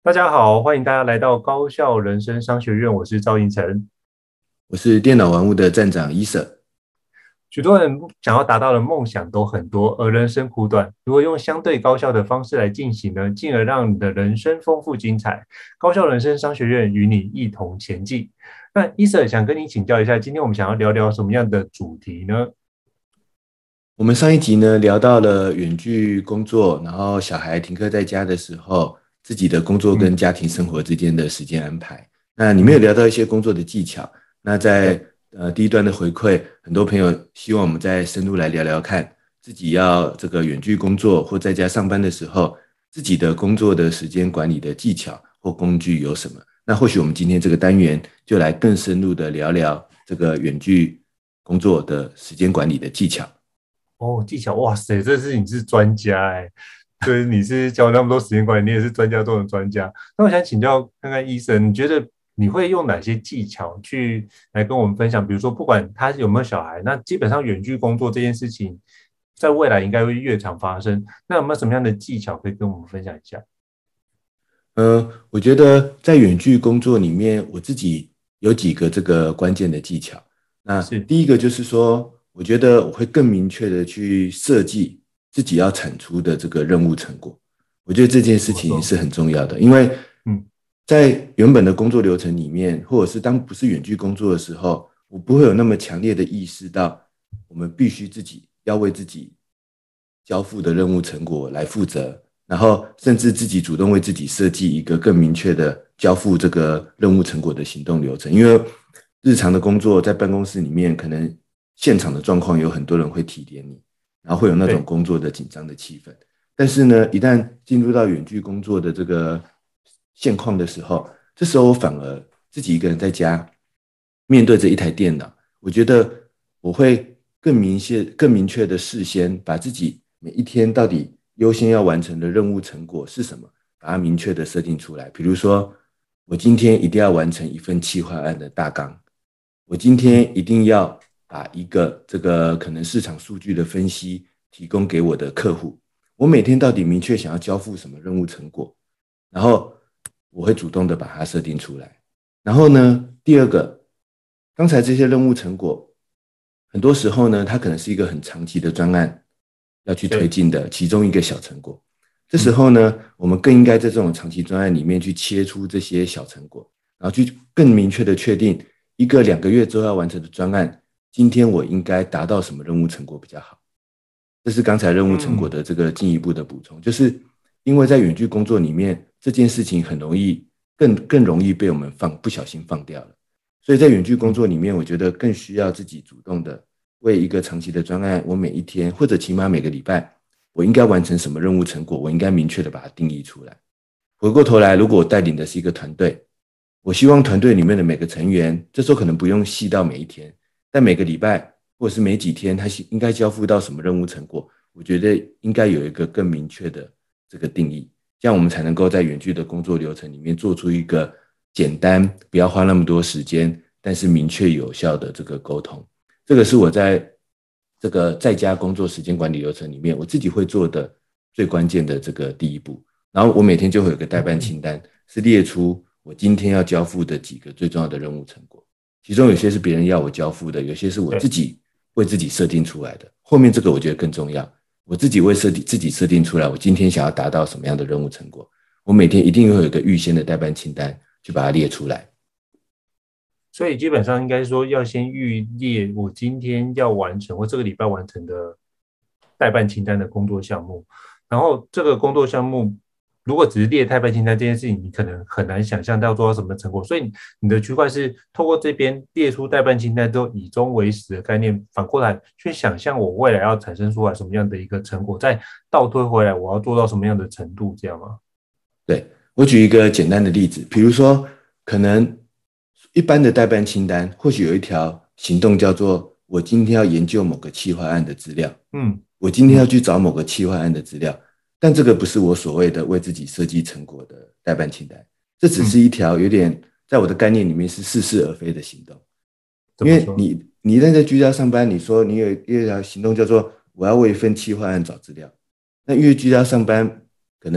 大家好，欢迎大家来到高校人生商学院，我是赵应成。 我是电脑玩物的站长伊舍。 许多人想要达到的梦想都很多，而人生苦短，如果用相对高效的方式来进行呢，进而让你的人生丰富精彩。高校人生商学院与你一同前进。那伊舍想跟你请教一下，今天我们想要聊聊什么样的主题呢？ 我们上一集呢聊到了远距工作，然后小孩停课在家的时候，自己的工作跟嗯家庭生活之间的时间安排。那里面有嗯， 聊到一些工作的技巧。那在对。 第一段的回馈，很多朋友希望我们再深入来聊聊看，自己要这个远距工作或在家上班的时候，自己的工作的时间管理的技巧或工具有什么？那或许我们今天这个单元就来更深入的聊聊这个远距工作的时间管理的技巧。 哦，技巧，哇塞，你是专家哎，就是你是教那么多时间管理，你也是专家中的专家。那我想请教看看医生，你觉得你会用哪些技巧去来跟我们分享？比如说，不管他有没有小孩，那基本上远距工作这件事情，在未来应该会越常发生。那有没有什么样的技巧可以跟我们分享一下？ 我觉得在远距工作里面，我自己有几个这个关键的技巧。那是， 第一个就是说，我觉得我会更明确的去设计自己要产出的这个任务成果。我觉得这件事怎么说？ 情是很重要的，因为嗯， 在原本的工作流程里面，或者是当不是远距工作的时候，我不会有那么强烈的意识到，我们必须自己要为自己交付的任务成果来负责。然后甚至自己主动为自己设计一个更明确的交付这个任务成果的行动流程。因为日常的工作在办公室里面，可能现场的状况有很多人会体谅你，然后会有那种对， 工作的紧张的气氛。但是呢，一旦进入到远距工作的这个现况的时候，这时候我反而自己一个人在家，面对着一台电脑，我觉得我会更明确的事先把自己每一天到底优先要完成的任务成果是什么，把它明确的设定出来。比如说，我今天一定要完成一份企划案的大纲，我今嗯天一定要把一个这个可能市场数据的分析提供给我的客户。我每天到底明确想要交付什么任务成果，然后我会主动的把它设定出来。然后呢，第二个，刚才这些任务成果，很多时候呢，它可能是一个很长期的专案要去推对， 进的其中一个小成果。这时嗯候呢，我们更应该在这种长期专案里面去切出这些小成果，然后去更明确的确定一个2个月之后要完成的专案，今天我应该达到什么任务成果比较好。这是刚才任务成果嗯， 的这个进一步的补充，就是因为在远距工作里面，这件事情很容易更容易被我们不小心放掉了。所以在远距工嗯， 作里面，我觉得更需要自己主动的为一个长期的专案，我每一天或者起码每个礼拜，我应该完成什么任务成果，我应该明确的把它定义出来。回过头来，如果我带领的是一个团队，我希望团队里面的每个成员，这时候可能不用细到每一天，但每个礼拜或者是每几天，他应该交付到什么任务成果，我觉得应该有一个更明确的这个定义，这样我们才能够在远距的工作流程里面做出一个简单，不要花那么多时间，但是明确有效的这个沟通。这个是我在这个在家工作时间管理流程里面，我自己会做的最关键的这个第一步。然后我每天就会有个代办清单，是列出我今天要交付的几个最重要的任务成果，其中有些是别人要我交付的，有些是我自对。 己为自己设定出来的。后面这个我觉得更重要，我自己自己设定出来，我今天想要达到什么样的任务成果，我每天一定会有一个预先的代办清单，去把它列出来。 所以基本上应该说要先预列我今天要完成或这个礼拜完成的代办清单的工作项目，然后这个工作项目如果只是列代办清单这件事情，你可能很难想象到做到什么成果，所以你的区块是透过这边列出代办清单之后以终为始的概念，反过来去想象我未来要产生出来什么样的一个成果，再倒推回来我要做到什么样的程度，这样吗？ 对，我举一个简单的例子，比如说，可能一般的代办清单，或许有一条行动叫做我今天要研究某个企划案的资料， 嗯我今天要嗯去找某个企划案的资料，但这个不是我所谓的为自己设计成果的代办清单，这只是嗯， 一条有点在我的概念里面是似是而非的行动。因为怎么说？ 你一旦在居家上班，你说你有一条行动叫做我要为一份企划案找资料，那因为居家上班可能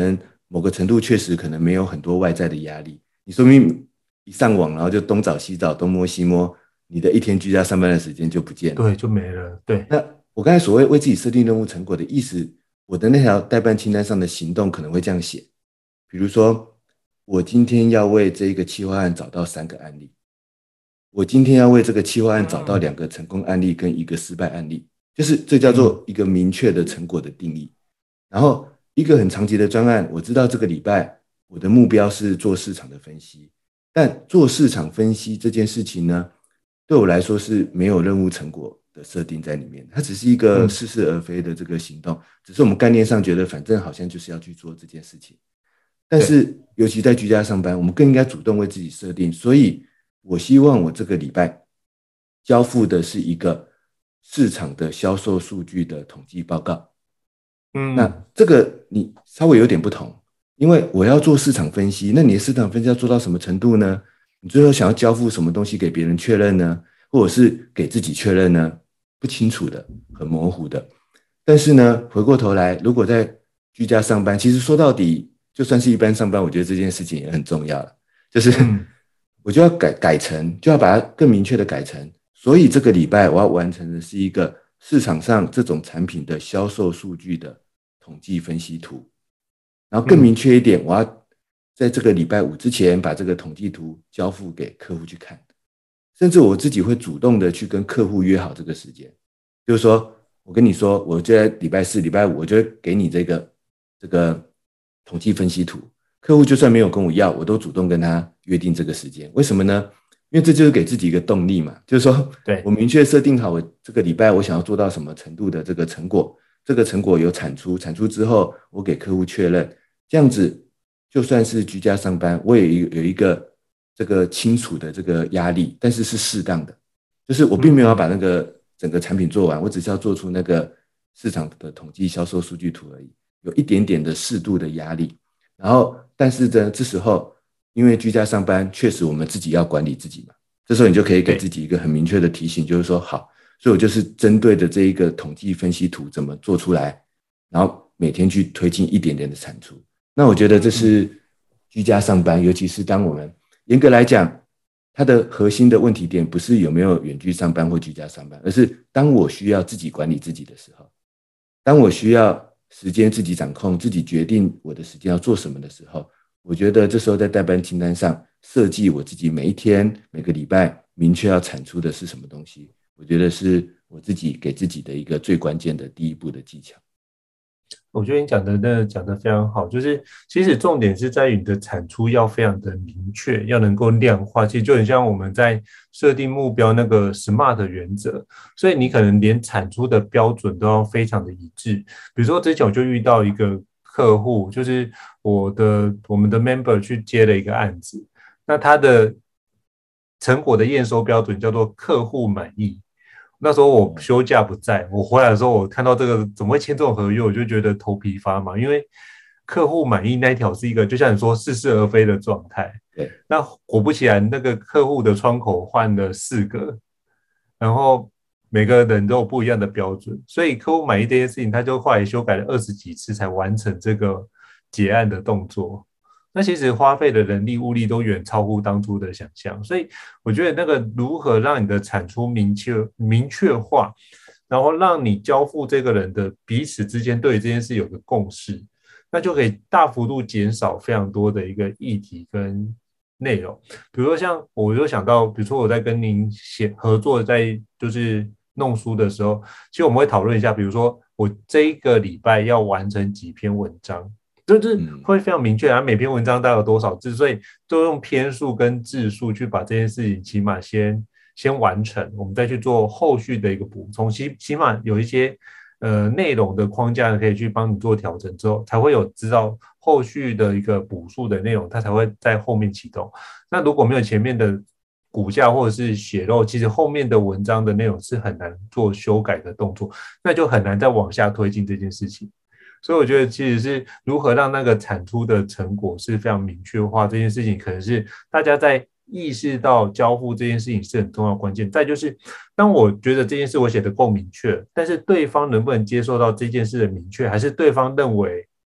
某个程度确实可能没有很多外在的压力，你说明一上网然后就东找西找东摸西摸，你的一天居家上班的时间就不见了。 对，就没了。对， 那我刚才所谓为自己设定任务成果的意思，我的那条待办清单上的行动可能会这样写，比如说我今天要为这一个企划案找到3个案例，我今天要为这个企划案找到2个成功案例跟1个失败案例，就是这叫做一个明确的成果的定义。然后一个很长期的专案，我知道这个礼拜我的目标是做市场的分析，但做市场分析这件事情呢，对我来说是没有任务成果的设定在里面，它只是一个似是而非的这个行动，只是我们概念上觉得反正好像就是要去做这件事情。但是尤其在居家上班，我们更应该主动为自己设定，所以我希望我这个礼拜交付的是一个市场的销售数据的统计报告。那这个你稍微有点不同，因为我要做市场分析，那你的市场分析要做到什么程度呢？你最后想要交付什么东西给别人确认呢？或者是给自己确认呢？不清楚的，很模糊的。但是呢，回过头来，如果在居家上班，其实说到底，就算是一般上班，我觉得这件事情也很重要了。就是我就要改成，就要把它更明确的改成，所以这个礼拜我要完成的是一个市场上这种产品的销售数据的统计分析图。然后更明确一点，我要在这个礼拜5之前把这个统计图交付给客户去看，甚至我自己会主动的去跟客户约好这个时间，就是说我跟你说，我就在礼拜4、礼拜5，我就会给你这个统计分析图。客户就算没有跟我要，我都主动跟他约定这个时间。为什么呢？因为这就是给自己一个动力嘛，就是说我明确设定好我这个礼拜我想要做到什么程度的这个成果，这个成果有产出之后，我给客户确认，这样子就算是居家上班，我也有一个这个清楚的这个压力，但是是适当的，就是我并没有要把那个整个产品做完，我只是要做出那个市场的统计销售数据图而已，有一点点的适度的压力。然后但是呢，这时候因为居家上班，确实我们自己要管理自己嘛，这时候你就可以给自己一个很明确的提醒，就是说好，所以我就是针对的这一个统计分析图怎么做出来，然后每天去推进一点点的产出。那我觉得这是居家上班，尤其是当我们严格来讲，它的核心的问题点不是有没有远距上班或居家上班，而是当我需要自己管理自己的时候，当我需要时间自己掌控，自己决定我的时间要做什么的时候，我觉得这时候在代办清单上设计我自己每一天每个礼拜明确要产出的是什么东西，我觉得是我自己给自己的一个最关键的第一步的技巧。 我觉得你讲的非常好，就是其实重点是在于你的产出要非常的明确，要能够量化。其实就很像我们在设定目标那个 SMART 原则，所以你可能连产出的标准都要非常的一致。比如说之前我就遇到一个客户，就是我们的 member 去接了一个案子，那他的成果的验收标准叫做客户满意。那时候我休假不在，我回来的时候，我看到这个怎么会签这种合约，我就觉得头皮发麻，因为客户满意那一条是一个，就像你说似是而非的状态。 对， 那果不其然，那个客户的窗口换了4个，然后每个人都有不一样的标准，所以客户满意这件事情，他就后来修改了20几次才完成这个结案的动作。那其实花费的人力物力都远超乎当初的想象，所以我觉得那个如何让你的产出明确化，然后让你交付这个人的彼此之间对于这件事有个共识，那就可以大幅度减少非常多的一个议题跟内容。比如说像我就想到，比如说我在跟您合作，在就是弄书的时候，其实我们会讨论一下，比如说我这一个礼拜要完成几篇文章。就是会非常明确，每篇文章大概有多少字，所以都用篇数跟字数去把这件事情起码先完成，我们再去做后续的一个补充，起码有一些内容的框架可以去帮你做调整之后，才会有知道后续的一个补述的内容，它才会在后面启动。那如果没有前面的骨架或者是血肉，其实后面的文章的内容是很难做修改的动作，那就很难再往下推进这件事情。所以我觉得其实是如何让那个产出的成果是非常明确化，这件事情可能是大家在意识到交付这件事情是很重要的关键。再就是当我觉得这件事我写的够明确，但是对方能不能接受到这件事的明确，还是对方认为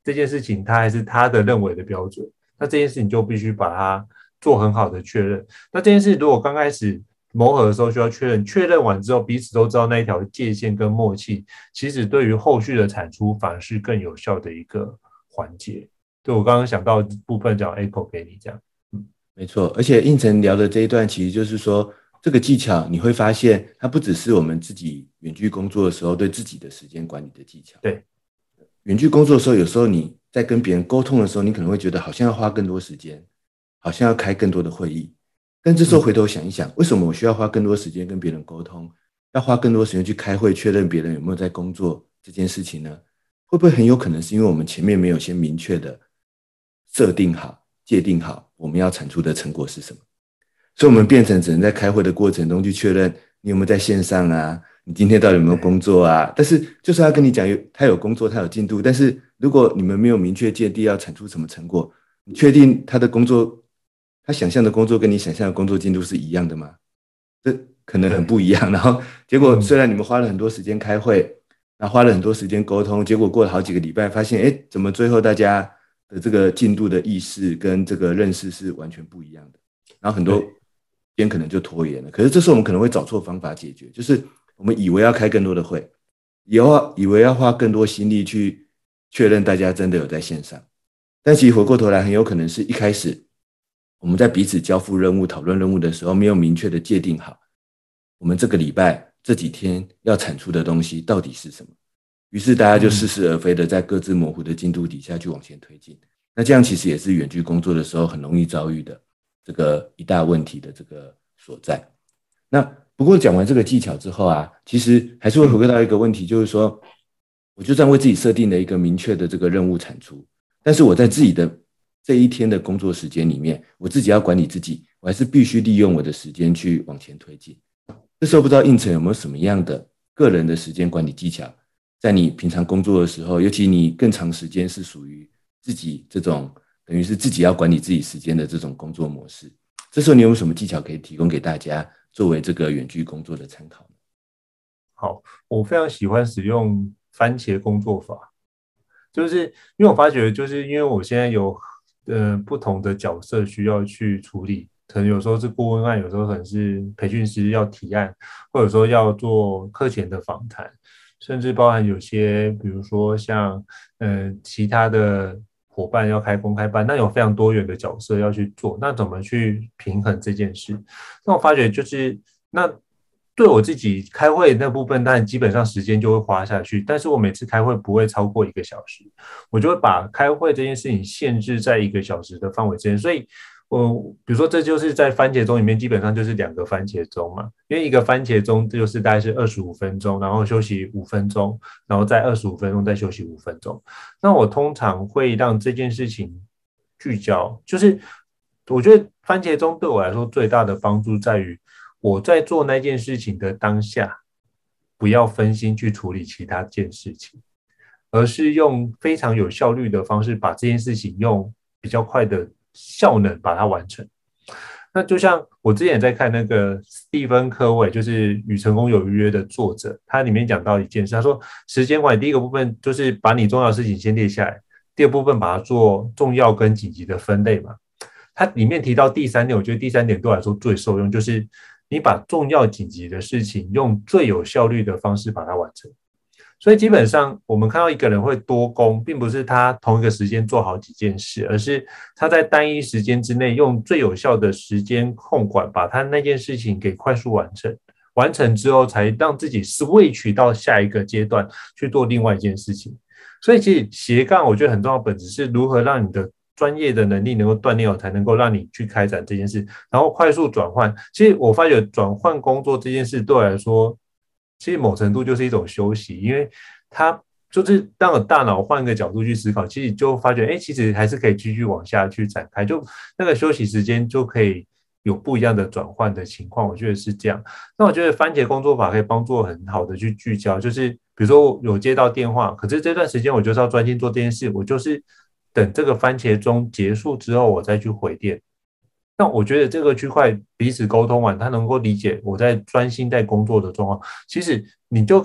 这件事情他还是他的认为的标准，那这件事情就必须把它做很好的确认。那这件事如果刚开始磨合的时候需要确认，确认完之后彼此都知道那一条界限跟默契，其实对于后续的产出反而是更有效的一个环节。对，我刚刚想到的部分讲 echo 给你这样。 没错，而且应成聊的这一段，其实就是说，这个技巧你会发现，它不只是我们自己远距工作的时候对自己的时间管理的技巧。 对， 远距工作的时候，有时候你在跟别人沟通的时候，你可能会觉得好像要花更多时间，好像要开更多的会议。但这时候回头想一想，为什么我需要花更多时间跟别人沟通，要花更多时间去开会确认别人有没有在工作这件事情呢？会不会很有可能是因为我们前面没有先明确的设定好、界定好我们要产出的成果是什么？所以我们变成只能在开会的过程中去确认你有没有在线上啊，你今天到底有没有工作啊？但是就算他跟你讲他有工作，他有进度，但是如果你们没有明确界定要产出什么成果，你确定他的工作，他想象的工作跟你想象的工作进度是一样的吗？这可能很不一样。然后结果虽然你们花了很多时间开会，然后花了很多时间沟通，结果过了好几个礼拜，发现哎，怎么最后大家的这个进度的意识跟这个认识是完全不一样的，然后很多边可能就拖延了。可是这时候我们可能会找错方法解决，就是我们以为要开更多的会，以为要花更多心力去确认大家真的有在线上，但其实回过头来很有可能是一开始我们在彼此交付任务、讨论任务的时候，没有明确的界定好我们这个礼拜这几天要产出的东西到底是什么，于是大家就似是而非的在各自模糊的进度底下去往前推进。那这样其实也是远距工作的时候很容易遭遇的这个一大问题的这个所在。那不过讲完这个技巧之后啊，其实还是会回归到一个问题，就是说我就算为自己设定了一个明确的这个任务产出，但是我在自己的这一天的工作时间里面，我自己要管理自己，我还是必须利用我的时间去往前推进。这时候不知道应成有没有什么样的个人的时间管理技巧，在你平常工作的时候，尤其你更长时间是属于自己这种等于是自己要管理自己时间的这种工作模式，这时候你有什么技巧可以提供给大家作为这个远距工作的参考呢？ 好，我非常喜欢使用番茄工作法，就是因为我发觉，就是因为我现在有不同的角色需要去处理，可能有时候是顾问案，有时候可能是培训师要提案，或者说要做课前的访谈，甚至包含有些比如说像其他的伙伴要开公开班，那有非常多元的角色要去做，那怎么去平衡这件事？那我发觉就是那。对我自己开会那部分，当然基本上时间就会花下去，但是我每次开会不会超过1个小时，我就会把开会这件事情限制在1个小时的范围之内。所以，比如说这就是在番茄钟里面，基本上就是2个番茄钟嘛，因为一个番茄钟就是大概是25分钟，然后休息5分钟，然后再25分钟再休息5分钟。那我通常会让这件事情聚焦，就是我觉得番茄钟对我来说最大的帮助在于。我在做那件事情的当下，不要分心去处理其他件事情，而是用非常有效率的方式把这件事情用比较快的效能把它完成。那就像我之前在看那个史蒂芬·科维，就是《与成功有约》的作者，他里面讲到一件事，他说时间管理第一个部分就是把你重要的事情先列下来，第二部分把它做重要跟紧急的分类嘛。他里面提到第三点，我觉得第三点对我来说最受用，就是你把重要紧急的事情用最有效率的方式把它完成。所以基本上我们看到一个人会多工，并不是他同一个时间做好几件事，而是他在单一时间之内用最有效的时间控管，把他那件事情给快速完成。完成之后才让自己 switch 到下一个阶段去做另外一件事情。所以其实斜杠我觉得很重要的本质是如何让你的专业的能力能够锻炼好，才能够让你去开展这件事，然后快速转换。其实我发觉转换工作这件事对我来说，其实某程度就是一种休息，因为它就是让我大脑换个角度去思考，其实就发觉，其实还是可以继续往下去展开，就那个休息时间就可以有不一样的转换的情况，我觉得是这样。那我觉得番茄工作法可以帮助我很好的去聚焦，就是比如说我有接到电话，可是这段时间我就是要专心做这件事，我就是等这个番茄钟结束之后，我再去回电。那我觉得这个区块彼此沟通完，他能够理解我在专心在工作的状况，其实你就可以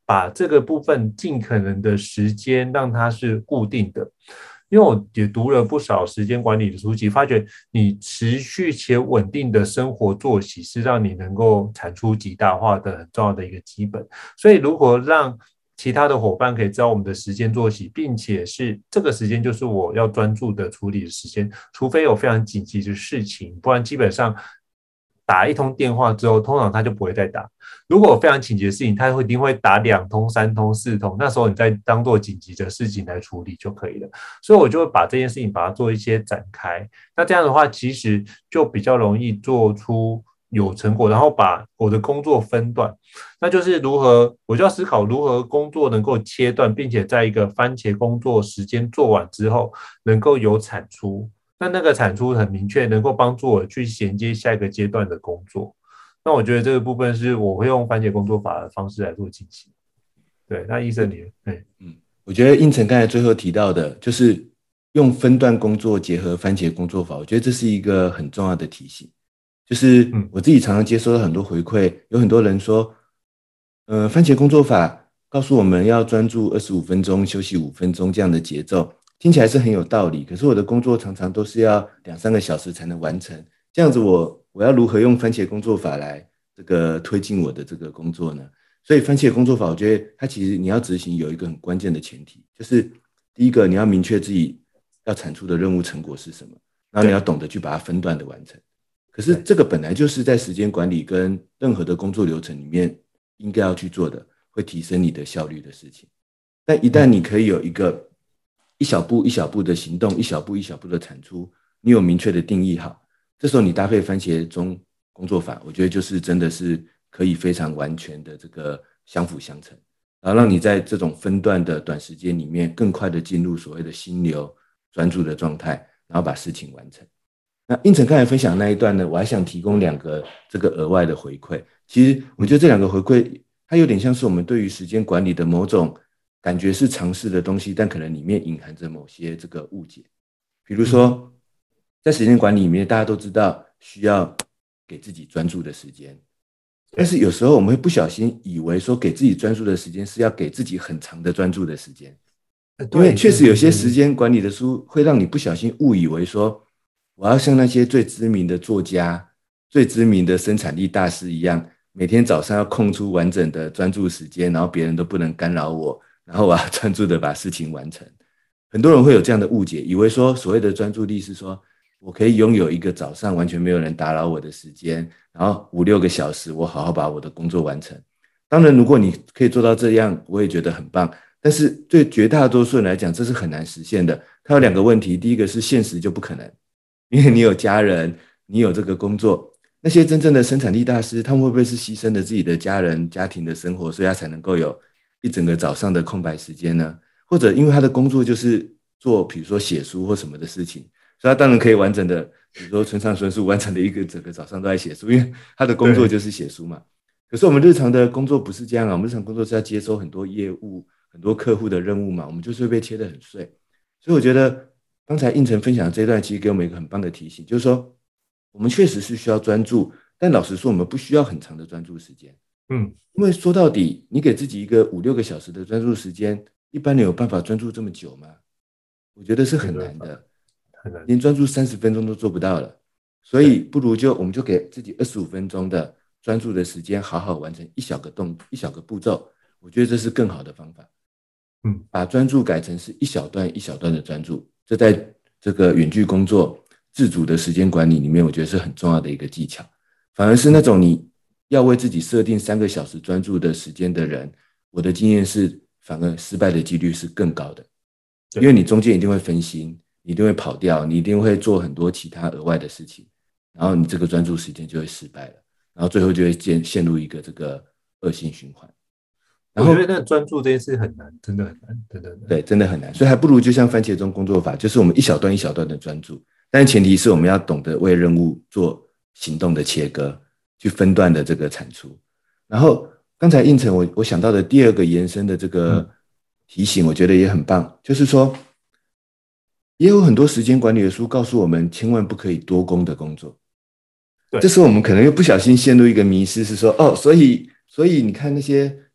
把这个部分尽可能的时间让它是固定的。因为我也读了不少时间管理的书籍，发觉你持续且稳定的生活作息是让你能够产出极大化的很重要的一个基本。所以如何让其他的伙伴可以知道我们的时间作息，并且是这个时间就是我要专注的处理的时间，除非有非常紧急的事情，不然基本上打一通电话之后，通常他就不会再打。如果有非常紧急的事情，他一定会打2通、3通、4通，那时候你再当做紧急的事情来处理就可以了。所以我就会把这件事情把它做一些展开，那这样的话，其实就比较容易做出有成果，然后把我的工作分段，那就是我就要思考如何工作能够切断，并且在一个番茄工作时间做完之后，能够有产出。那个产出很明确，能够帮助我去衔接下一个阶段的工作。那我觉得这个部分是我会用番茄工作法的方式来做进行。对，那医生你， 我觉得应成刚才最后提到的，就是用分段工作结合番茄工作法，我觉得这是一个很重要的提醒。就是我自己常常接收到很多回馈，有很多人说，番茄工作法告诉我们要专注25分钟，休息5分钟这样的节奏，听起来是很有道理。可是我的工作常常都是要2-3个小时才能完成，这样子我要如何用番茄工作法来这个推进我的这个工作呢？所以番茄工作法，我觉得它其实你要执行有一个很关键的前提，就是第一个你要明确自己要产出的任务成果是什么，然后你要懂得去把它分段的完成。可是这个本来就是在时间管理跟任何的工作流程里面应该要去做的，会提升你的效率的事情。但一旦你可以有一个一小步一小步的行动，一小步一小步的产出，你有明确的定义好，这时候你搭配番茄钟工作法，我觉得就是真的是可以非常完全的这个相辅相成，然后让你在这种分段的短时间里面更快的进入所谓的心流专注的状态，然后把事情完成。那应成刚才分享那一段呢，我还想提供2个这个额外的回馈。其实我觉得这2个回馈，它有点像是我们对于时间管理的某种感觉是常识的东西，但可能里面隐含着某些这个误解。比如说，在时间管理里面，大家都知道需要给自己专注的时间，但是有时候我们会不小心以为说给自己专注的时间是要给自己很长的专注的时间，因为确实有些时间管理的书会让你不小心误以为说我要像那些最知名的作家、最知名的生产力大师一样，每天早上要空出完整的专注时间，然后别人都不能干扰我，然后我要专注的把事情完成。很多人会有这样的误解，以为说所谓的专注力是说我可以拥有一个早上完全没有人打扰我的时间，然后5-6个小时我好好把我的工作完成。当然如果你可以做到这样，我也觉得很棒，但是对绝大多数人来讲这是很难实现的。它有2个问题，第一个是现实就不可能，因为你有家人，你有这个工作。那些真正的生产力大师，他们会不会是牺牲了自己的家人家庭的生活，所以他才能够有一整个早上的空白时间呢？或者因为他的工作就是做比如说写书或什么的事情，所以他当然可以完整的，比如说村上春树完成的一个整个早上都在写书，因为他的工作就是写书嘛。可是我们日常的工作不是这样啊，我们日常工作是要接收很多业务、很多客户的任务嘛，我们就是会被切得很碎。所以我觉得刚才应成分享的这一段其实给我们一个很棒的提醒，就是说我们确实是需要专注，但老实说我们不需要很长的专注时间。因为说到底你给自己一个5-6个小时的专注时间，一般人有办法专注这么久吗？我觉得是很难的，连专注30分钟都做不到了。所以不如我们就给自己25分钟的专注的时间，好好完成一小个步骤，我觉得这是更好的方法。把专注改成是一小段一小段的专注，这在这个远距工作自主的时间管理里面，我觉得是很重要的一个技巧。反而是那种你要为自己设定3个小时专注的时间的人，我的经验是反而失败的几率是更高的，因为你中间一定会分心，你一定会跑掉，你一定会做很多其他额外的事情，然后你这个专注时间就会失败了，然后最后就会陷入一个这个恶性循环。 然后我觉得那专注这件事很难，真的很难，真的。 对，真的很难，所以还不如就像番茄钟工作法，就是我们一小段一小段的专注，但前提是我们要懂得为任务做行动的切割，去分段的这个产出。然后刚才应成我想到的第2个延伸的这个提醒，我觉得也很棒，就是说也有很多时间管理的书告诉我们，千万不可以多工的工作。这时候我们可能又不小心陷入一个迷思，是说所以你看那些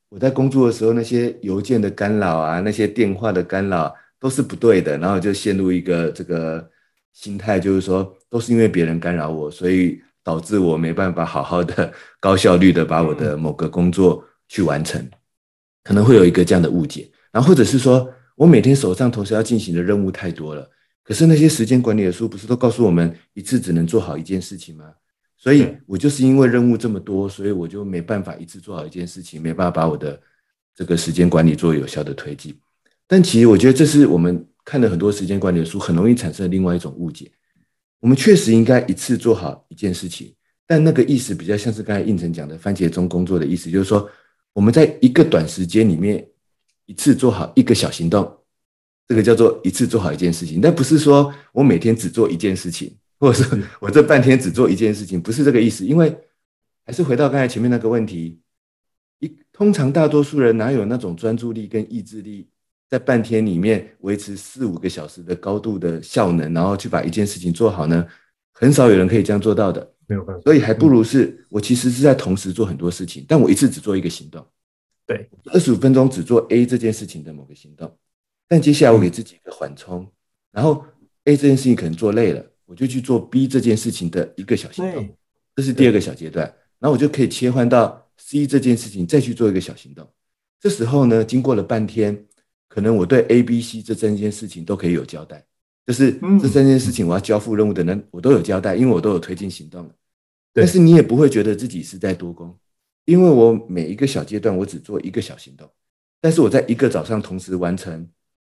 我在工作的时候那些邮件的干扰啊，那些电话的干扰都是不对的，然后就陷入一个这个心态，就是说都是因为别人干扰我，所以导致我没办法好好的高效率的把我的某个工作去完成，可能会有一个这样的误解。然后或者是说我每天手上同时要进行的任务太多了，可是那些时间管理的书不是都告诉我们一次只能做好一件事情吗？所以我就是因为任务这么多，所以我就没办法一次做好一件事情，没办法把我的这个时间管理做有效的推进。但其实我觉得这是我们看了很多时间管理的书很容易产生的另外一种误解。我们确实应该一次做好一件事情，但那个意思比较像是刚才应成讲的番茄钟工作的意思，就是说我们在一个短时间里面一次做好一个小行动，这个叫做一次做好一件事情。但不是说我每天只做一件事情，或者是我这半天只做一件事情，不是这个意思。因为还是回到刚才前面那个问题，通常大多数人哪有那种专注力跟意志力，在半天里面维持4-5个小时的高度的效能，然后去把一件事情做好呢？很少有人可以这样做到的， 没有办法。 所以还不如是我其实是在同时做很多事情，但我一次只做一个行动。 对 ，25分钟只做 A 这件事情的某个行动，但接下来我给自己一个缓冲，然后 A 这件事情可能做累了，我就去做 B 这件事情的一个小行动，这是第二个小阶段，然后我就可以切换到 C 这件事情，再去做一个小行动。这时候呢，经过了半天，可能我对 A、B、C 这3件事情都可以有交代，就是这3件事情我要交付任务的人，我都有交代，因为我都有推进行动了。但是你也不会觉得自己是在多工，因为我每一个小阶段我只做一个小行动，但是我在一个早上同时完成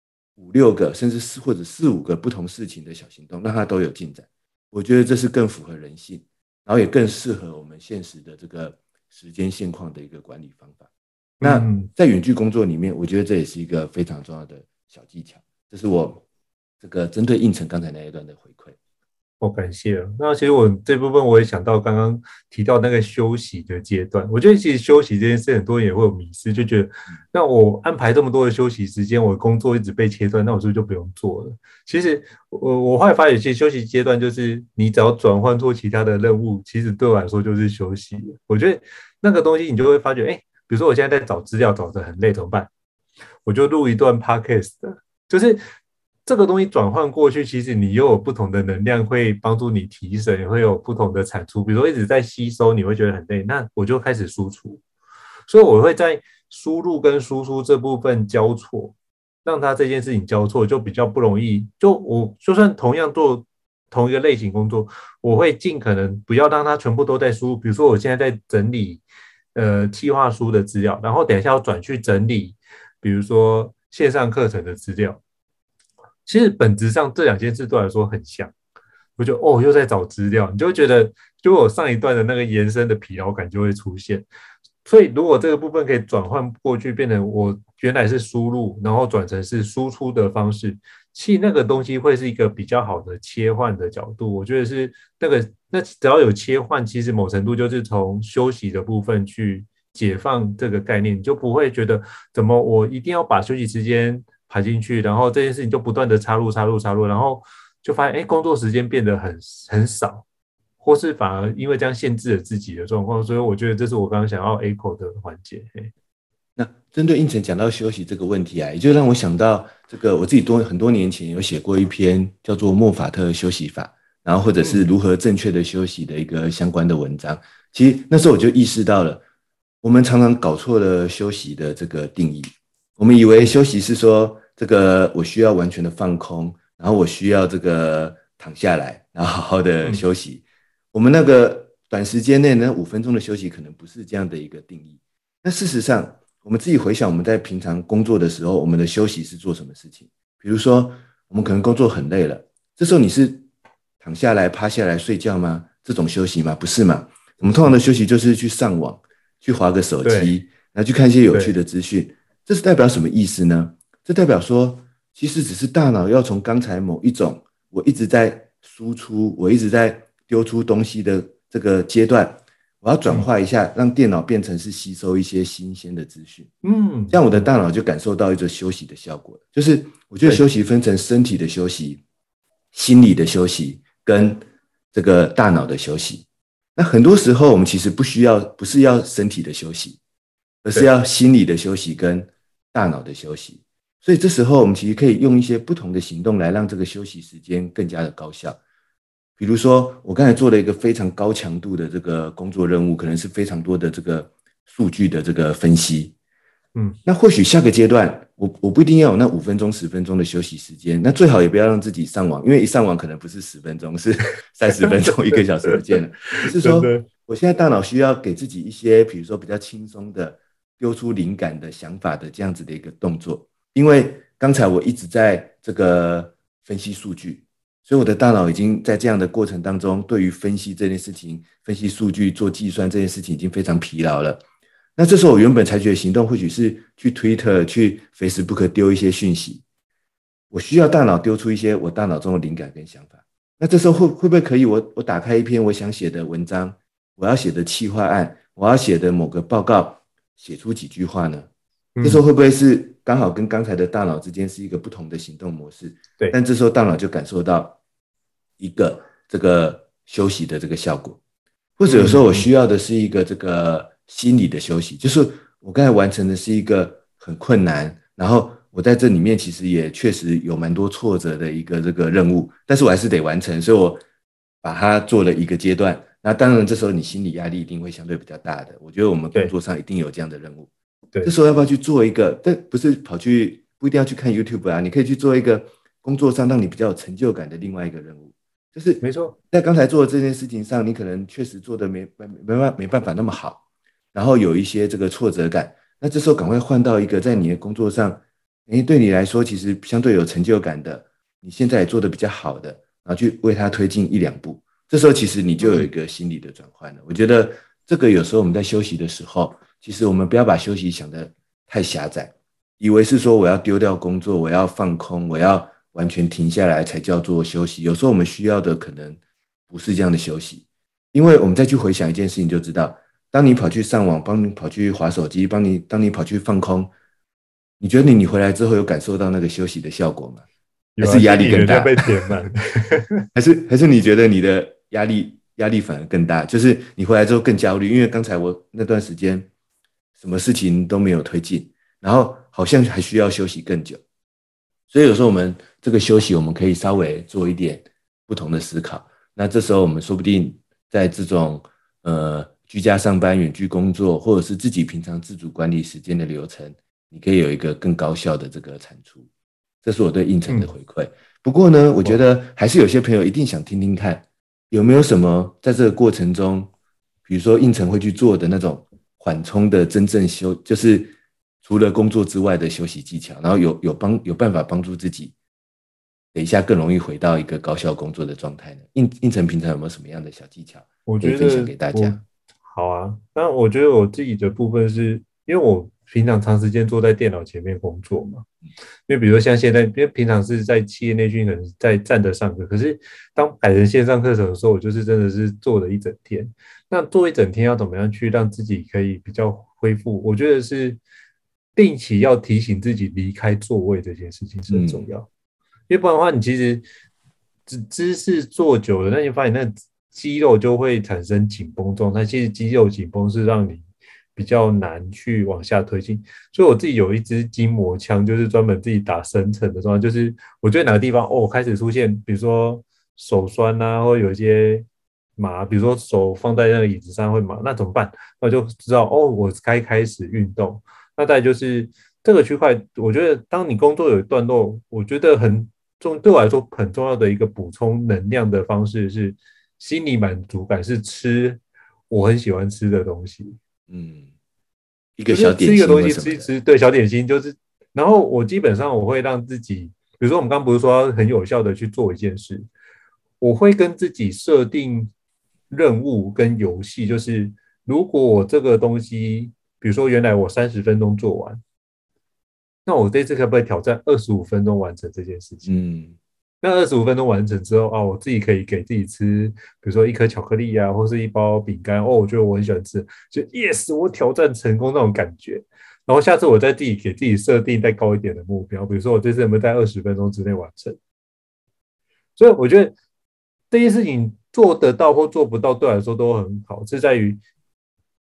5-6个甚至或者4-5个不同事情的小行动，让它都有进展。我觉得这是更符合人性，然后也更适合我们现实的这个时间现况的一个管理方法。那在远距工作里面，我觉得这也是一个非常重要的小技巧。这是我这个针对应成刚才那一段的回馈。 感谢了。那其实我这部分我也想到刚刚提到那个休息的阶段，我觉得其实休息这件事很多人也会有迷思，就觉得那我安排这么多的休息时间，我工作一直被切断，那我是不是就不用做了？其实我后来发现，其实休息阶段就是你只要转换做其他的任务，其实对我来说就是休息了。我觉得那个东西你就会发觉，比如说我现在在找资料找得很累怎么办？我就录一段 podcast 的，就是这个东西转换过去，其实你又有不同的能量会帮助你提升，也会有不同的产出。比如说一直在吸收，你会觉得很累，那我就开始输出。所以我会在输入跟输出这部分交错，让它这件事情交错，就比较不容易。我就算同样做同一个类型工作，我会尽可能不要让它全部都在输入。比如说我现在在整理企划书的资料，然后等一下要转去整理，比如说线上课程的资料。其实本质上这2件事对我来说很像，我就又在找资料，你就会觉得就我上一段的那个延伸的疲劳感就会出现。所以如果这个部分可以转换过去，变成我原来是输入，然后转成是输出的方式，其实那个东西会是一个比较好的切换的角度。我觉得是那只要有切换，其实某程度就是从休息的部分去解放这个概念，你就不会觉得怎么我一定要把休息时间排进去，然后这件事情就不断的插入，然后就发现工作时间变得很少，或是反而因为这样限制了自己的状况。所以我觉得这是我刚刚想要 echo 的环节。 那针对应成讲到休息这个问题啊，也就让我想到这个我自己很多年前有写过一篇叫做莫法特休息法，然后或者是如何正确的休息的一个相关的文章。其实那时候我就意识到了，我们常常搞错了休息的这个定义。我们以为休息是说这个我需要完全的放空，然后我需要这个躺下来，然后好好的休息。我们那个短时间内呢5分钟的休息可能不是这样的一个定义。那事实上我们自己回想，我们在平常工作的时候，我们的休息是做什么事情？比如说我们可能工作很累了，这时候你是躺下来趴下来睡觉吗？这种休息吗？不是嘛。我们通常的休息就是去上网，去滑个手机，然后去看一些有趣的资讯。这是代表什么意思呢？这代表说其实只是大脑要从刚才某一种我一直在输出，我一直在丢出东西的这个阶段，我要转化一下，让电脑变成是吸收一些新鲜的资讯。这样我的大脑就感受到一种休息的效果。就是我觉得休息分成身体的休息、心理的休息跟这个大脑的休息。那很多时候我们其实不是要身体的休息， 而是要心理的休息跟大脑的休息。所以这时候我们其实可以用一些不同的行动来让这个休息时间更加的高效。比如说我刚才做了一个非常高强度的这个工作任务，可能是非常多的这个数据的这个分析。那或许下个阶段我不一定要有那5分钟10分钟的休息时间，那最好也不要让自己上网，因为一上网可能不是10分钟，是30分钟1个小时不见了。就是说我现在大脑需要给自己一些比如说比较轻松的丢出灵感的想法的这样子的一个动作，因为刚才我一直在这个分析数据，所以我的大脑已经在这样的过程当中，对于分析这件事情、分析数据、做计算这件事情已经非常疲劳了。那这时候我原本采取的行动或许是去 Twitter、去 Facebook 丢一些讯息，我需要大脑丢出一些我大脑中的灵感跟想法。那这时候会不会可以我打开一篇我想写的文章，我要写的企划案，我要写的某个报告，写出几句话呢？这时候会不会是刚好跟刚才的大脑之间是一个不同的行动模式？ 对， 但这时候大脑就感受到一个这个休息的这个效果，或者有时候我需要的是一个这个心理的休息，就是我刚才完成的是一个很困难，然后我在这里面其实也确实有蛮多挫折的一个这个任务，但是我还是得完成，所以我把它做了一个阶段。那当然这时候你心理压力一定会相对比较大的，我觉得我们工作上一定有这样的任务。这时候要不要去做一个，但不是跑去不一定要去看 YouTube 啊，你可以去做一个工作上让你比较有成就感的另外一个任务。就是没错， 在刚才做的这件事情上，你可能确实做的没办法那么好，然后有一些这个挫折感，那这时候赶快换到一个在你的工作上，对你来说其实相对有成就感的，你现在也做的比较好的，然后去为它推进1-2步，这时候其实你就有一个心理的转换了。我觉得这个有时候我们在休息的时候，其实我们不要把休息想得太狭窄，以为是说我要丢掉工作，我要放空，我要完全停下来才叫做休息。有时候我们需要的可能不是这样的休息，因为我们再去回想一件事情就知道，当你跑去上网，帮你跑去滑手机，当你跑去放空，你觉得你回来之后有感受到那个休息的效果吗？还是压力更大？ 被填满还是你觉得你的压力反而更大？就是你回来之后更焦虑，因为刚才我那段时间什么事情都没有推进，然后好像还需要休息更久。所以有时候我们这个休息，我们可以稍微做一点不同的思考。那这时候我们说不定在这种居家上班、远距工作，或者是自己平常自主管理时间的流程，你可以有一个更高效的这个产出。这是我对应成的回馈。不过呢，我觉得还是有些朋友一定想听听看，有没有什么在这个过程中，比如说应成会去做的那种缓冲的真正就是除了工作之外的休息技巧，然后有办法帮助自己，等一下更容易回到一个高效工作的状态呢？应成平常有没有什么样的小技巧可以分享给大家？ 好啊。那我觉得我自己的部分是因为我平常长时间坐在电脑前面工作嘛，因为比如说像现在，因为平常是在企业内训，可能在站着上课，可是当改成线上课程的时候，我就是真的是坐了一整天。那坐一整天要怎么样去让自己可以比较恢复？我觉得是定期要提醒自己离开座位这件事情是很重要，因为不然的话，你其实姿势坐久了，那你发现那肌肉就会产生紧绷状态。其实肌肉紧绷是让你比较难去往下推进。所以我自己有一支筋膜枪，就是专门自己打深层的状态。就是我觉得哪个地方开始出现，比如说手酸啊，或有一些麻，比如说手放在那个椅子上会麻，那怎么办？那就知道我该开始运动。那再来就是这个区块，我觉得当你工作有段落，我觉得对我来说很重要的一个补充能量的方式是心理满足感，是吃我很喜欢吃的东西。 一个小点心或什么的， 对，小点心就是。然后我基本上我会让自己，比如说我们刚刚不是说很有效的去做一件事，我会跟自己设定任务跟游戏，就是如果我这个东西，比如说原来我30分钟做完，那我这次可不可以挑战25分钟完成这件事情？那25分钟完成之后我自己可以给自己吃，比如说一颗巧克力啊，或是一包饼干我觉得我很喜欢吃，就 yes 我挑战成功那种感觉。然后下次我再自己给自己设定再高一点的目标，比如说我这次有没有在20分钟之内完成。所以我觉得这件事情做得到或做不到对我来说都很好，是在于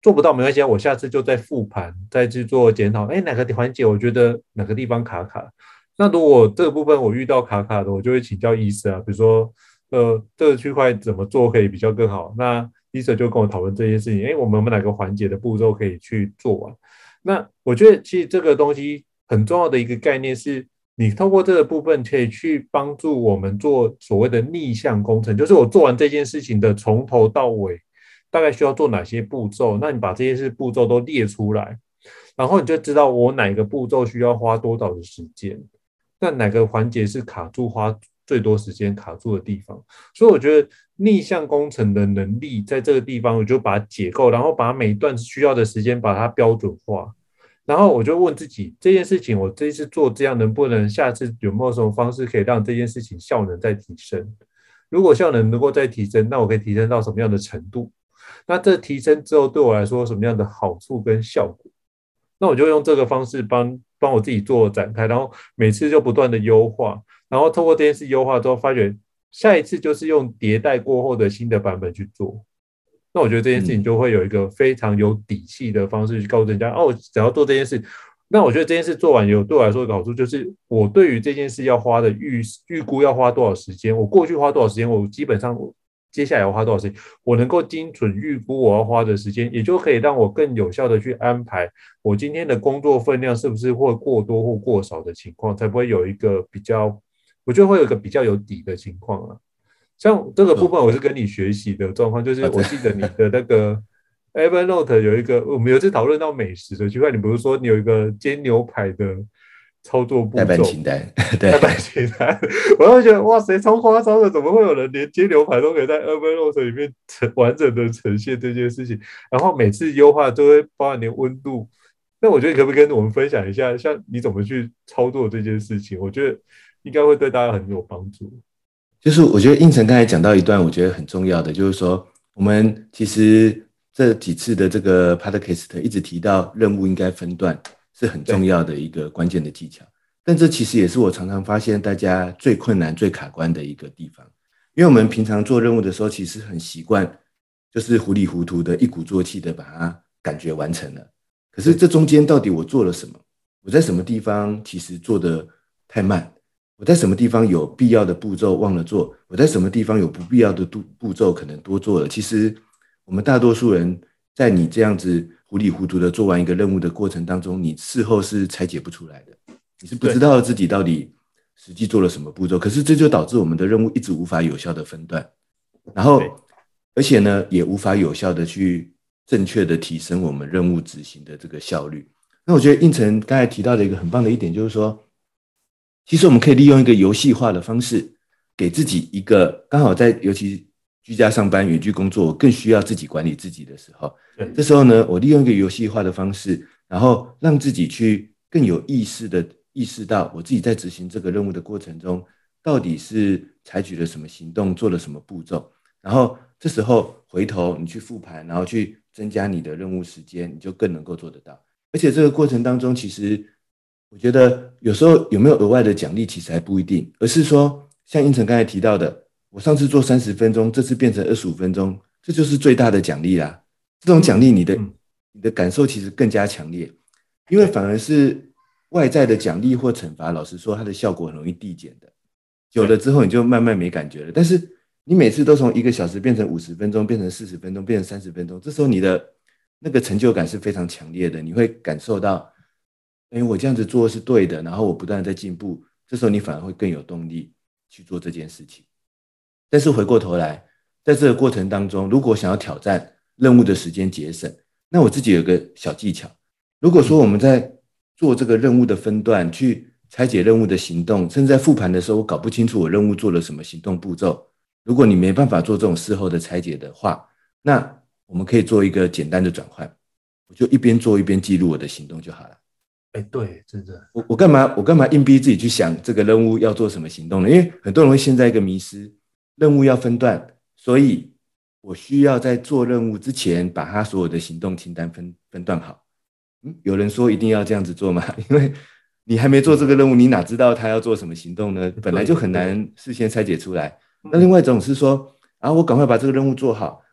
做不到没关系，我下次就再复盘，再去做检讨。哪个环节我觉得哪个地方卡卡，那如果这个部分我遇到卡卡的，我就会请教医师啊，比如说这个区块怎么做可以比较更好，那医生就跟我讨论这件事情，我们有没有哪个环节的步骤可以去做完？那我觉得其实这个东西很重要的一个概念是，你透过这个部分可以去帮助我们做所谓的逆向工程，就是我做完这件事情的从头到尾，大概需要做哪些步骤，那你把这些步骤都列出来，然后你就知道我哪个步骤需要花多少的时间，那哪个环节是卡住花最多时间卡住的地方。所以我觉得逆向工程的能力在这个地方，我就把它解构，然后把每一段需要的时间把它标准化。然后我就问自己，这件事情我这一次做这样，能不能下次有没有什么方式可以让这件事情效能再提升？如果效能能够再提升，那我可以提升到什么样的程度？那这提升之后对我来说什么样的好处跟效果？那我就用这个方式帮我自己做展开，然后每次就不断的优化，然后透过这件事优化之后，发觉下一次就是用迭代过后的新的版本去做。那我觉得这件事情就会有一个非常有底气的方式去告诉人家，我只要做这件事。那我觉得这件事做完有对我来说一个好处，就是我对于这件事要花的预估要花多少时间，我过去花多少时间，我基本上接下来要花多少时间，我能够精准预估我要花的时间，也就可以让我更有效的去安排我今天的工作分量是不是会过多或过少的情况，才不会有一个比较，我觉得会有一个比较有底的情况啊。像这个部分我是跟你学习的状况，就是我记得你的那个 Evernote 有一个，我们有一次讨论到美食的区块，你不是说你有一个煎牛排的操作步骤， 代办清单，对， 代办清单，我就觉得哇塞，超夸张的，怎么会有人连煎牛排都可以在 Evernote 里面完整的呈现这件事情？然后每次优化都会包含连温度。那我觉得可不可以跟我们分享一下，像你怎么去操作这件事情？我觉得应该会对大家很有帮助。 就是我觉得应成刚才讲到一段，我觉得很重要的，就是说我们其实这几次的这个 podcast 一直提到任务应该分段，是很重要的一个关键的技巧。但这其实也是我常常发现大家最困难、最卡关的一个地方，因为我们平常做任务的时候，其实很习惯，就是糊里糊涂的一鼓作气的把它感觉完成了。可是这中间到底我做了什么？我在什么地方其实做得太慢？我在什么地方有必要的步骤忘了做？我在什么地方有不必要的步骤可能多做了？其实我们大多数人在你这样子糊里糊涂的做完一个任务的过程当中，你事后是拆解不出来的，你是不知道自己到底实际做了什么步骤。可是这就导致我们的任务一直无法有效的分段，然后而且呢也无法有效的去正确的提升我们任务执行的这个效率。那我觉得应成刚才提到的一个很棒的一点就是说，其实我们可以利用一个游戏化的方式，给自己一个刚好在尤其居家上班、远距工作，更需要自己管理自己的时候，这时候呢，我利用一个游戏化的方式，然后让自己去更有意识的意识到我自己在执行这个任务的过程中，到底是采取了什么行动，做了什么步骤，然后这时候回头你去复盘，然后去增加你的任务时间，你就更能够做得到。而且这个过程当中，其实我觉得有时候有没有额外的奖励，其实还不一定，而是说像应成刚才提到的，我上次做30分钟，这次变成25分钟，这就是最大的奖励啦。这种奖励你的感受其实更加强烈，因为反而是外在的奖励或惩罚，老实说它的效果很容易递减的，久了之后你就慢慢没感觉了。但是你每次都从1个小时变成50分钟，变成40分钟，变成30分钟，这时候你的那个成就感是非常强烈的，你会感受到我这样子做是对的，然后我不断的在进步，这时候你反而会更有动力去做这件事情。但是回过头来，在这个过程当中，如果想要挑战任务的时间节省，那我自己有个小技巧。如果说我们在做这个任务的分段，去拆解任务的行动，甚至在复盘的时候，我搞不清楚我任务做了什么行动步骤，如果你没办法做这种事后的拆解的话，那我们可以做一个简单的转换，我就一边做一边记录我的行动就好了。 对，真的。 我干嘛硬逼自己去想这个任务要做什么行动呢？因为很多人会陷在一个迷思，任务要分段，所以我需要在做任务之前把他所有的行动清单分段好。有人说一定要这样子做吗？因为你还没做这个任务，你哪知道他要做什么行动呢？本来就很难事先拆解出来。那另外一种是说，我赶快把这个任务做好，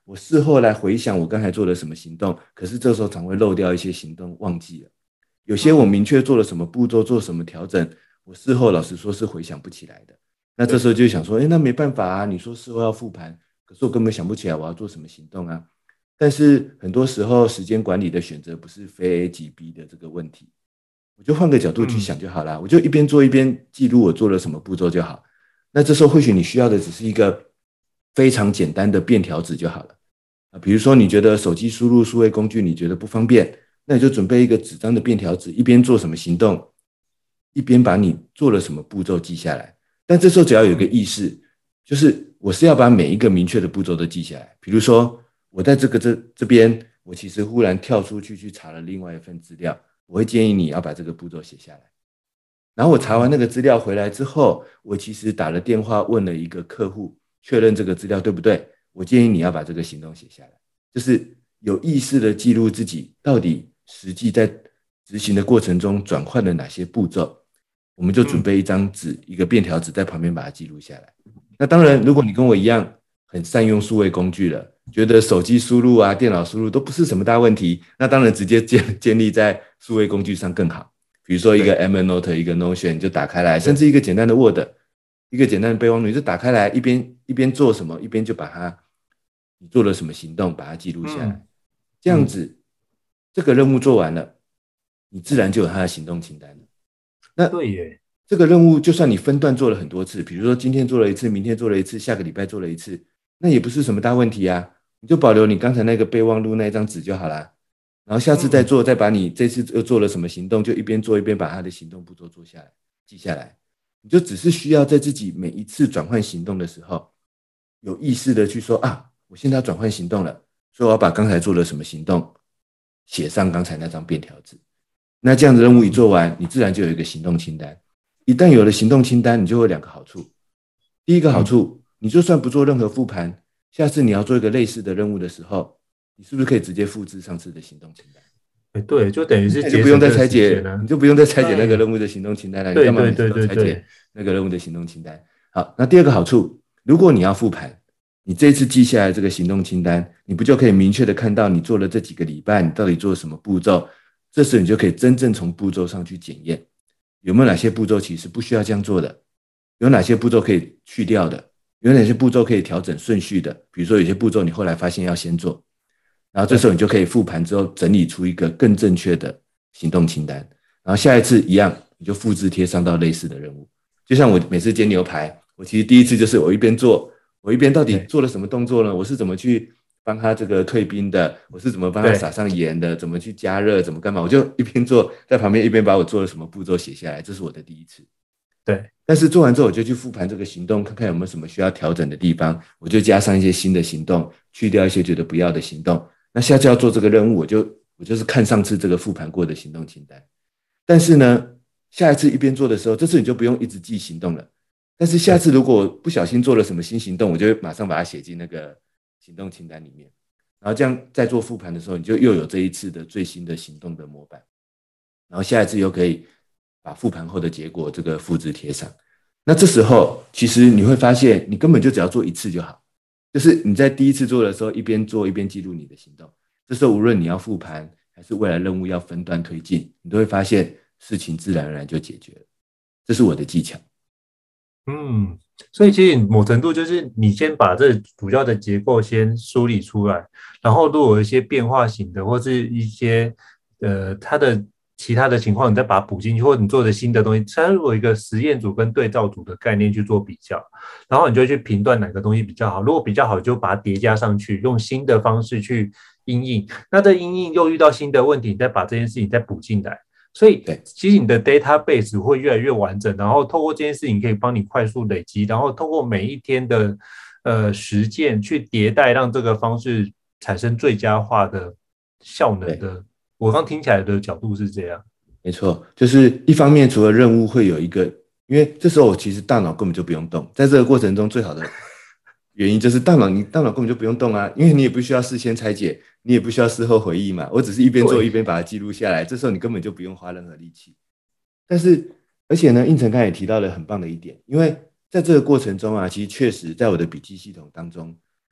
我事后来回想我刚才做了什么行动，可是这时候常会漏掉一些行动忘记了。有些我明确做了什么步骤，做什么调整，我事后老实说是回想不起来的。那这时候就想说，那没办法啊，你说事后要复盘，可是我根本想不起来我要做什么行动啊。但是很多时候时间管理的选择不是非 A 即 B 的这个问题，我就换个角度去想就好了，我就一边做一边记录我做了什么步骤就好。那这时候或许你需要的只是一个非常简单的便条纸就好了。比如说你觉得手机输入数位工具你觉得不方便，那你就准备一个纸张的便条纸，一边做什么行动，一边把你做了什么步骤记下来。但这时候只要有一个意识，就是我是要把每一个明确的步骤都记下来。比如说我在这边，我其实忽然跳出去查了另外一份资料，我会建议你要把这个步骤写下来。然后我查完那个资料回来之后，我其实打了电话问了一个客户，确认这个资料对不对。我建议你要把这个行动写下来，就是有意识的记录自己到底实际在执行的过程中转换了哪些步骤。我们就准备一张纸，一个便条纸在旁边把它记录下来。那当然，如果你跟我一样很善用数位工具了，觉得手机输入啊、电脑输入都不是什么大问题，那当然直接建立在数位工具上更好。比如说一个 Evernote 一个 Notion 就打开来，甚至一个简单的 Word 一个简单的备忘录就打开来，一边做什么一边就把它你做了什么行动把它记录下来。这样子这个任务做完了，你自然就有它的行动清单了。那对耶， 这个任务就算你分段做了很多次，比如说今天做了一次，明天做了一次，下个礼拜做了一次，那也不是什么大问题啊，你就保留你刚才那个备忘录那一张纸就好啦。然后下次再做，再把你这次又做了什么行动，就一边做一边把他的行动步骤做下来，记下来。你就只是需要在自己每一次转换行动的时候，有意识的去说啊，我现在要转换行动了，所以我要把刚才做了什么行动写上刚才那张便条纸。那这样的任务一做完，你自然就有一个行动清单。一旦有了行动清单，你就会有两个好处。第一个好处，你就算不做任何复盘，下次你要做一个类似的任务的时候，你是不是可以直接复制上次的行动清单？ 对，就等于是你就不用再拆解， 啊， 你就不用再拆解那个任务的行动清单了。你干嘛每次都拆解那个任务的行动清单？好，那第二个好处，如果你要复盘，你这次记下来这个行动清单，你不就可以明确的看到你做了这几个礼拜，你到底做了什么步骤？这时你就可以真正从步骤上去检验，有没有哪些步骤其实不需要这样做的，有哪些步骤可以去掉的，有哪些步骤可以调整顺序的。比如说有些步骤你后来发现要先做，然后这时候你就可以复盘之后整理出一个更正确的行动清单，然后下一次一样你就复制贴上到类似的任务。就像我每次煎牛排，我其实第一次就是我一边做，我一边到底做了什么动作呢？我是怎么去帮他这个退冰的，我是怎么帮他撒上盐的，怎么去加热，怎么干嘛，我就一边做，在旁边一边把我做了什么步骤写下来，这是我的第一次。 对， 但是做完之后我就去复盘这个行动，看看有没有什么需要调整的地方，我就加上一些新的行动，去掉一些觉得不要的行动。那下次要做这个任务，我就是看上次这个复盘过的行动清单。但是呢，下一次一边做的时候，这次你就不用一直记行动了。但是下次如果不小心做了什么新行动，我就会马上把它写进那个行动清单里面。然后这样在做复盘的时候，你就又有这一次的最新的行动的模板。然后下一次又可以把复盘后的结果这个复制贴上。那这时候其实你会发现，你根本就只要做一次就好。就是你在第一次做的时候，一边做一边记录你的行动。这时候无论你要复盘还是未来任务要分段推进，你都会发现事情自然而然就解决了。这是我的技巧。 所以其实某程度就是你先把这主要的结构先梳理出来，然后如果有一些变化型的或是一些它的其他的情况，你再把它补进去，或者你做的新的东西，它如果有一个实验组跟对照组的概念去做比较，然后你就去评断哪个东西比较好，如果比较好就把它叠加上去，用新的方式去因应，那这因应又遇到新的问题，你再把这件事情再补进来。所以其实你的 database 会越来越完整，然后透过这件事情可以帮你快速累积，然后透过每一天的实践去迭代，让这个方式产生最佳化的效能的。我刚听起来的角度是这样。 没错，就是一方面除了任务会有一个，因为这时候其实大脑根本就不用动，在这个过程中最好的原因就是你大脑根本就不用动啊，因为你也不需要事先拆解，你也不需要事后回忆嘛，我只是一边做一边把它记录下来，这时候你根本就不用花任何力气。但是而且呢，应成刚才也提到了很棒的一点，因为在这个过程中啊，其实确实在我的笔记系统当中，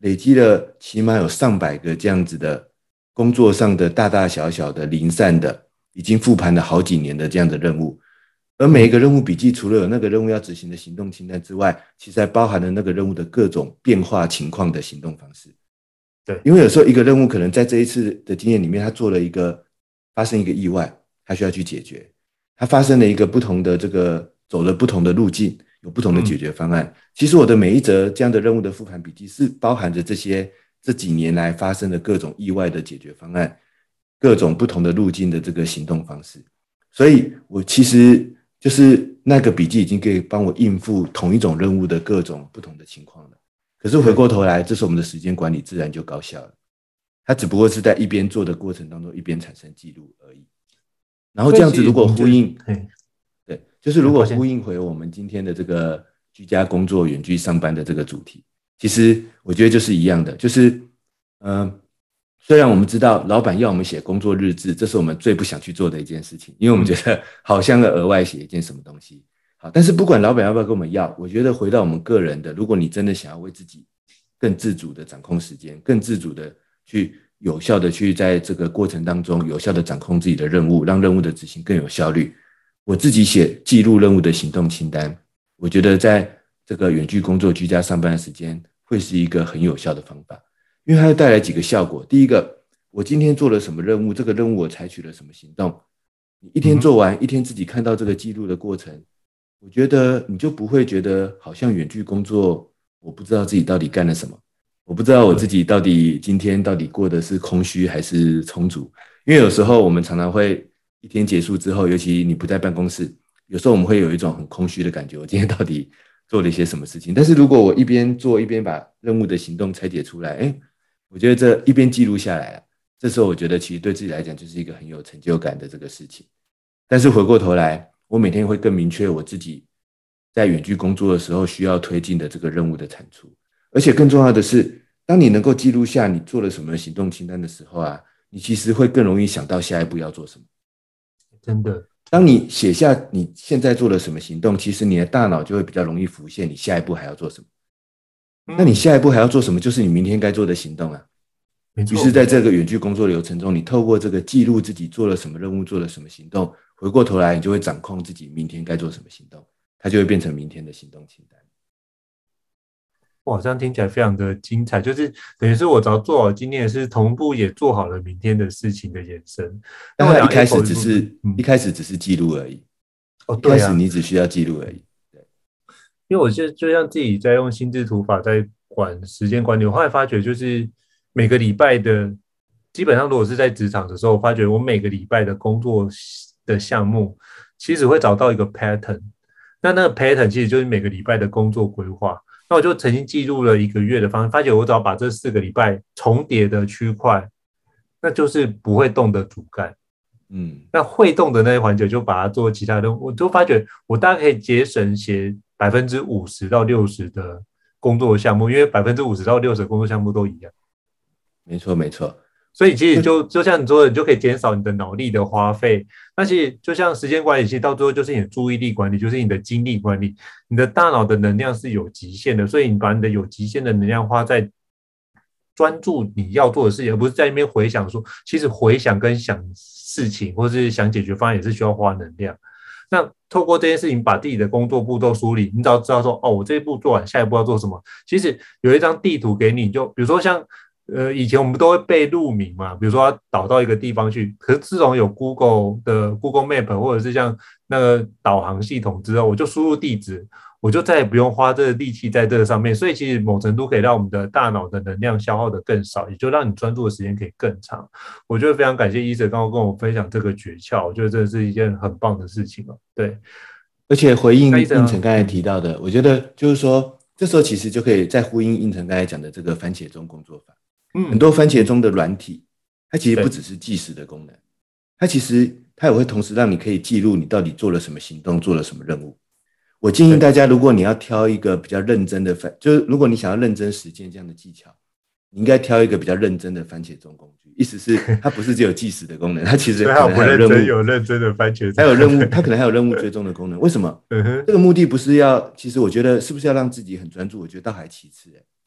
累积了起码有上百个这样子的工作上的大大小小的零散的，已经复盘了好几年的这样的任务。而每一个任务笔记，除了有那个任务要执行的行动清单之外，其实还包含了那个任务的各种变化情况的行动方式。 对， 因为有时候一个任务可能在这一次的经验里面，他发生一个意外，他需要去解决，他发生了一个不同的走了不同的路径，有不同的解决方案。其实我的每一则这样的任务的复盘笔记是包含着这几年来发生的各种意外的解决方案，各种不同的路径的这个行动方式。所以我其实就是那个笔记已经可以帮我应付同一种任务的各种不同的情况了。可是回过头来，这时候我们的时间管理自然就高效了。它只不过是在一边做的过程当中，一边产生记录而已。然后这样子如果呼应，对，就是如果呼应回我们今天的这个居家工作、远距上班的这个主题，其实我觉得就是一样的，就是虽然我们知道老板要我们写工作日志，这是我们最不想去做的一件事情，因为我们觉得好像要额外写一件什么东西。好，但是不管老板要不要跟我们要，我觉得回到我们个人的，如果你真的想要为自己更自主的掌控时间，更自主的去有效的去在这个过程当中有效的掌控自己的任务，让任务的执行更有效率，我自己写记录任务的行动清单，我觉得在这个远距工作、居家上班的时间会是一个很有效的方法，因为它会带来几个效果。第一个，我今天做了什么任务，这个任务我采取了什么行动，你一天做完，一天自己看到这个记录的过程，我觉得你就不会觉得好像远距工作，我不知道自己到底干了什么，我不知道我自己今天到底过的是空虚还是充足。因为有时候我们常常会一天结束之后，尤其你不在办公室，有时候我们会有一种很空虚的感觉，我今天到底做了一些什么事情。但是如果我一边做一边把任务的行动拆解出来，我觉得这一边记录下来了，这时候我觉得其实对自己来讲就是一个很有成就感的这个事情。但是回过头来，我每天会更明确我自己在远距工作的时候需要推进的这个任务的产出。而且更重要的是，当你能够记录下你做了什么行动清单的时候啊，你其实会更容易想到下一步要做什么。 真的， 当你写下你现在做了什么行动，其实你的大脑就会比较容易浮现你下一步还要做什么。那你下一步还要做什么，就是你明天该做的行动啊。于是在这个远距工作流程中，你透过这个记录自己做了什么任务，做了什么行动，回过头来你就会掌控自己明天该做什么行动，它就会变成明天的行动清单。 哇，这样听起来非常的精彩，就是等于是我只要做好今天的事，同步也做好了明天的事情的延伸。 但它一开始只是记录而已。 哦，对啊， 一开始你只需要记录而已。对， 因为我就像自己在用心智图法在管时间管理，我后来发觉就是每个礼拜的，基本上如果是在职场的时候，我发觉我每个礼拜的工作的项目，其实会找到一个 pattern。那个 pattern 其实就是每个礼拜的工作规划。那我就曾经记录了1个月的方式，发觉我只要把这4个礼拜重叠的区块，那就是不会动的主干。那会动的那一环节就把它做其他任务，我就发觉我大概可以节省写50%到60%的工作项目，因为50%到60%的工作项目都一样。 没错没错。 所以其实就像你说的，你就可以减少你的脑力的花费。那其实就像时间管理，其实到最后就是你的注意力管理，就是你的精力管理。你的大脑的能量是有极限的，所以你把你的有极限的能量花在专注你要做的事情，而不是在那边回想说，其实回想跟想事情或是想解决方案也是需要花能量。那透过这件事情把自己的工作步骤梳理，你只要知道说，我这一步做完，下一步要做什么。其实有一张地图给你，就比如说像以前我们都会背路名嘛，比如说要导到一个地方去，可是自从有 Google 的 Google Map 或者是像那个导航系统之后，我就输入地址，我就再也不用花这个力气在这个上面。所以其实某程度可以让我们的大脑的能量消耗的更少，也就让你专注的时间可以更长。我觉得非常感谢医生刚刚跟我分享这个诀窍，我觉得这是一件很棒的事情哦。对， 而且回应应成刚才提到的，我觉得就是说，这时候其实就可以再呼应应成刚才讲的这个番茄钟工作法。很多番茄钟的软体，它其实不只是计时的功能，它也会同时让你可以记录你到底做了什么行动，做了什么任务。我建议大家，如果你要挑一个比较认真的就是如果你想要认真实践这样的技巧，你应该挑一个比较认真的番茄钟工具。意思是它不是只有计时的功能，它其实可能还有任务， 有认真的番茄钟， 还有任务，它可能还有任务追踪的功能。为什么？这个目的不是要，其实我觉得是不是要让自己很专注，我觉得倒还其次。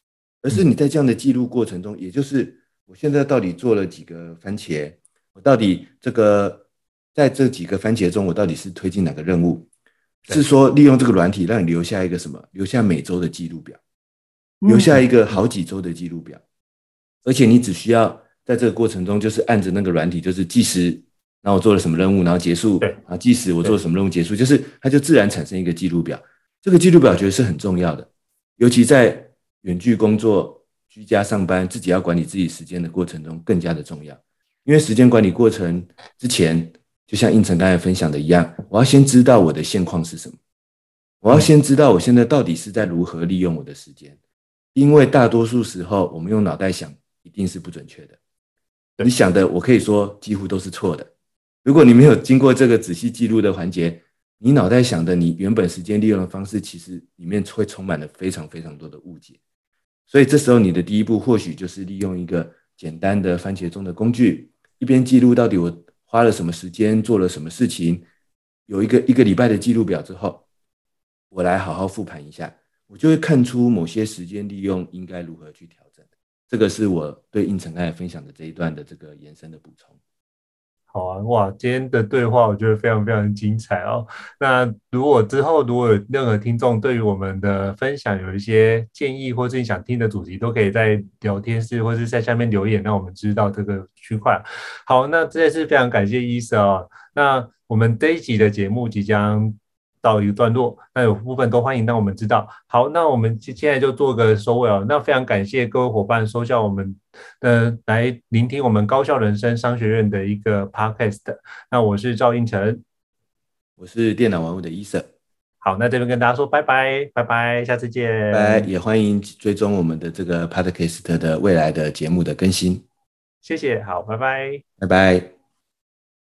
而是你在这样的记录过程中，也就是我现在到底做了几个番茄，我到底在这几个番茄中，我到底是推进哪个任务？是说利用这个软体让你留下一个什么？留下每周的记录表，留下一个好几周的记录表，而且你只需要在这个过程中，就是按着那个软体，就是计时，然后我做了什么任务，然后结束，然后计时我做了什么任务结束，就是它就自然产生一个记录表。这个记录表我觉得是很重要的，尤其在远距工作、居家上班，自己要管理自己时间的过程中更加的重要。因为时间管理过程之前，就像应成刚才分享的一样，我要先知道我的现况是什么，我要先知道我现在到底是在如何利用我的时间。因为大多数时候我们用脑袋想一定是不准确的，你想的我可以说几乎都是错的。如果你没有经过这个仔细记录的环节，你脑袋想的你原本时间利用的方式，其实里面会充满了非常非常多的误解。所以这时候你的第一步或许就是利用一个简单的番茄钟的工具，一边记录到底我花了什么时间，做了什么事情，有一个礼拜的记录表之后，我来好好复盘一下，我就会看出某些时间利用应该如何去调整。这个是我对应成刚才分享的这一段的这个延伸的补充。 好啊，哇，今天的对话我觉得非常非常精彩哦。那如果之后如果有任何听众对于我们的分享有一些建议，或是你想听的主题，都可以在聊天室或是在下面留言，让我们知道这个区块。好，那这次非常感谢伊瑟哦。那我们这一集的节目即将到一个段落，那有部分都欢迎让我们知道。好，那我们现在就做个收尾哦。那非常感谢各位伙伴收下我们来聆听我们高效人生商学院的一个 podcast。那我是赵应成， 我是电脑玩物的伊瑟。 好，那这边跟大家说拜拜，拜拜，下次见。 拜拜，也欢迎追踪我们的这个 podcast 的未来的节目的更新。 谢谢，好，拜拜。 拜拜。